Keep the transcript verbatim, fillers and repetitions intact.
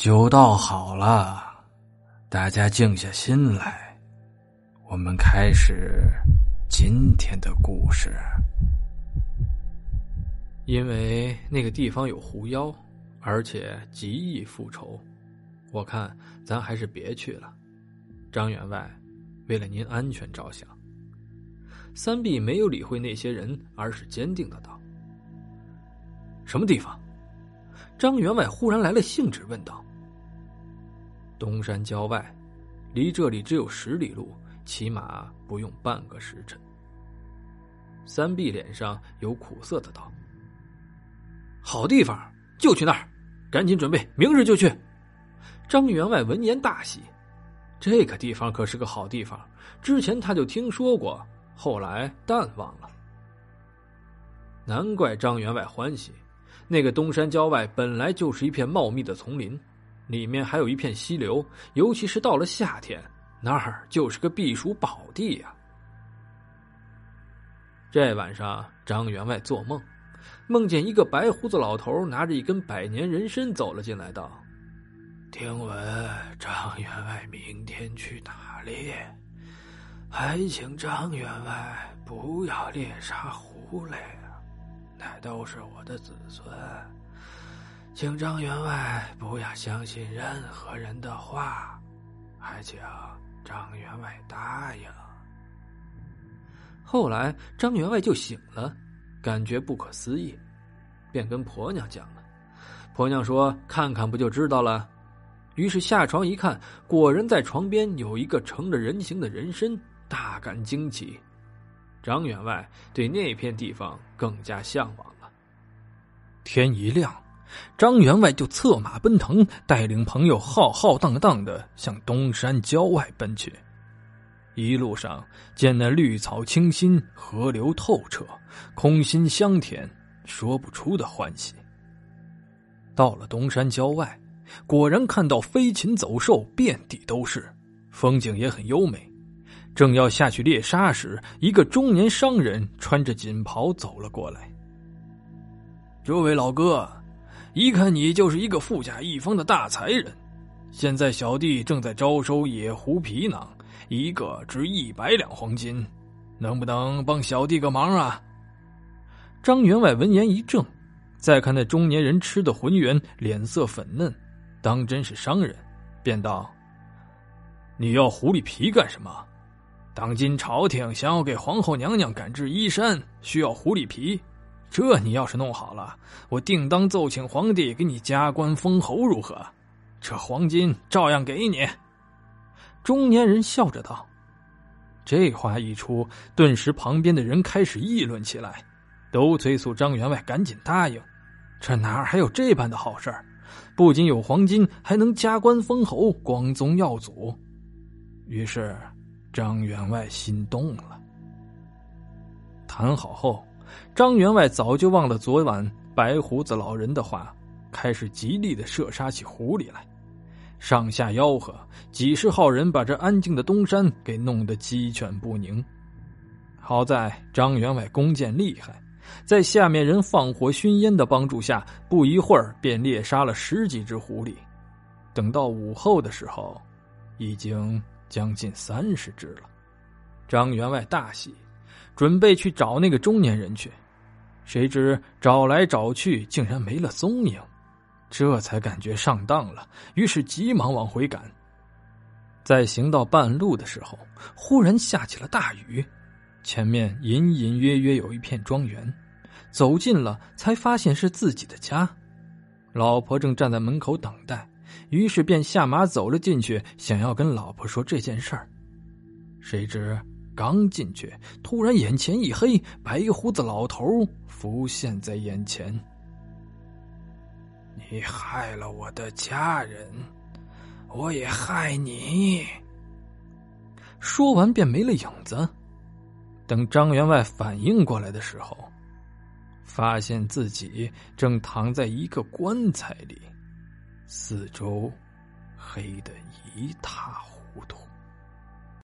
酒倒好了，大家静下心来，我们开始今天的故事。 因为那个地方有狐妖，而且极易复仇，我看咱还是别去了。张员外，为了您安全着想。三弟没有理会那些人，而是坚定的道：什么地方？张员外忽然来了兴致，问道。东山郊外，离这里只有十里路，起码不用半个时辰。三弟脸上有苦涩的道：好地方，就去那儿，赶紧准备，明日就去。张员外闻言大喜，这个地方可是个好地方，之前他就听说过，后来淡忘了。难怪张员外欢喜，那个东山郊外本来就是一片茂密的丛林，里面还有一片溪流，尤其是到了夏天，那儿就是个避暑宝地呀、啊。这晚上张员外做梦，梦见一个白胡子老头拿着一根百年人参走了进来，道： 听闻张员外明天去打猎，还请张员外不要猎杀狐类啊，那都是我的子孙，请张员外不要相信任何人的话，还请张员外答应。 后来张员外就醒了，感觉不可思议，便跟婆娘讲了。婆娘说看看不就知道了。于是下床一看，果然在床边有一个成了人形的人参，大感惊奇。张员外对那片地方更加向往了。天一亮，张员外就策马奔腾，带领朋友浩浩荡荡地向东山郊外奔去。一路上见那绿草清新，河流透彻，空心香甜，说不出的欢喜。到了东山郊外，果然看到飞禽走兽遍地都是，风景也很优美。正要下去猎杀时，一个中年商人穿着锦袍走了过来。这位老哥，一看你就是一个富甲一方的大财人，现在小弟正在招收野狐皮囊，一个值一百两黄金，能不能帮小弟个忙啊？张员外闻言一怔，再看那中年人吃的浑圆，脸色粉嫩，当真是商人，便道：你要狐狸皮干什么？当今朝廷想要给皇后娘娘赶制衣衫，需要狐狸皮，这你要是弄好了，我定当奏请皇帝给你加官封侯，如何？这黄金照样给你。中年人笑着道。这话一出，顿时旁边的人开始议论起来，都催促张员外赶紧答应。这哪儿还有这般的好事儿？不仅有黄金，还能加官封侯，光宗耀祖。于是张员外心动了。谈好后，张员外早就忘了昨晚白胡子老人的话，开始极力地射杀起狐狸来。上下吆喝，几十号人把这安静的东山给弄得鸡犬不宁。好在张员外弓箭厉害，在下面人放火熏烟的帮助下，不一会儿便猎杀了十几只狐狸。等到午后的时候，已经将近三十只了。张员外大喜，准备去找那个中年人去，谁知找来找去竟然没了踪影，这才感觉上当了，于是急忙往回赶。在行到半路的时候，忽然下起了大雨，前面隐隐约约有一片庄园，走近了才发现是自己的家。老婆正站在门口等待，于是便下马走了进去，想要跟老婆说这件事儿。谁知刚进去，突然眼前一黑，白胡子老头浮现在眼前。 你害了我的家人，我也害你。 说完便没了影子。等张员外反应过来的时候，发现自己正躺在一个棺材里，四周黑得一塌糊涂。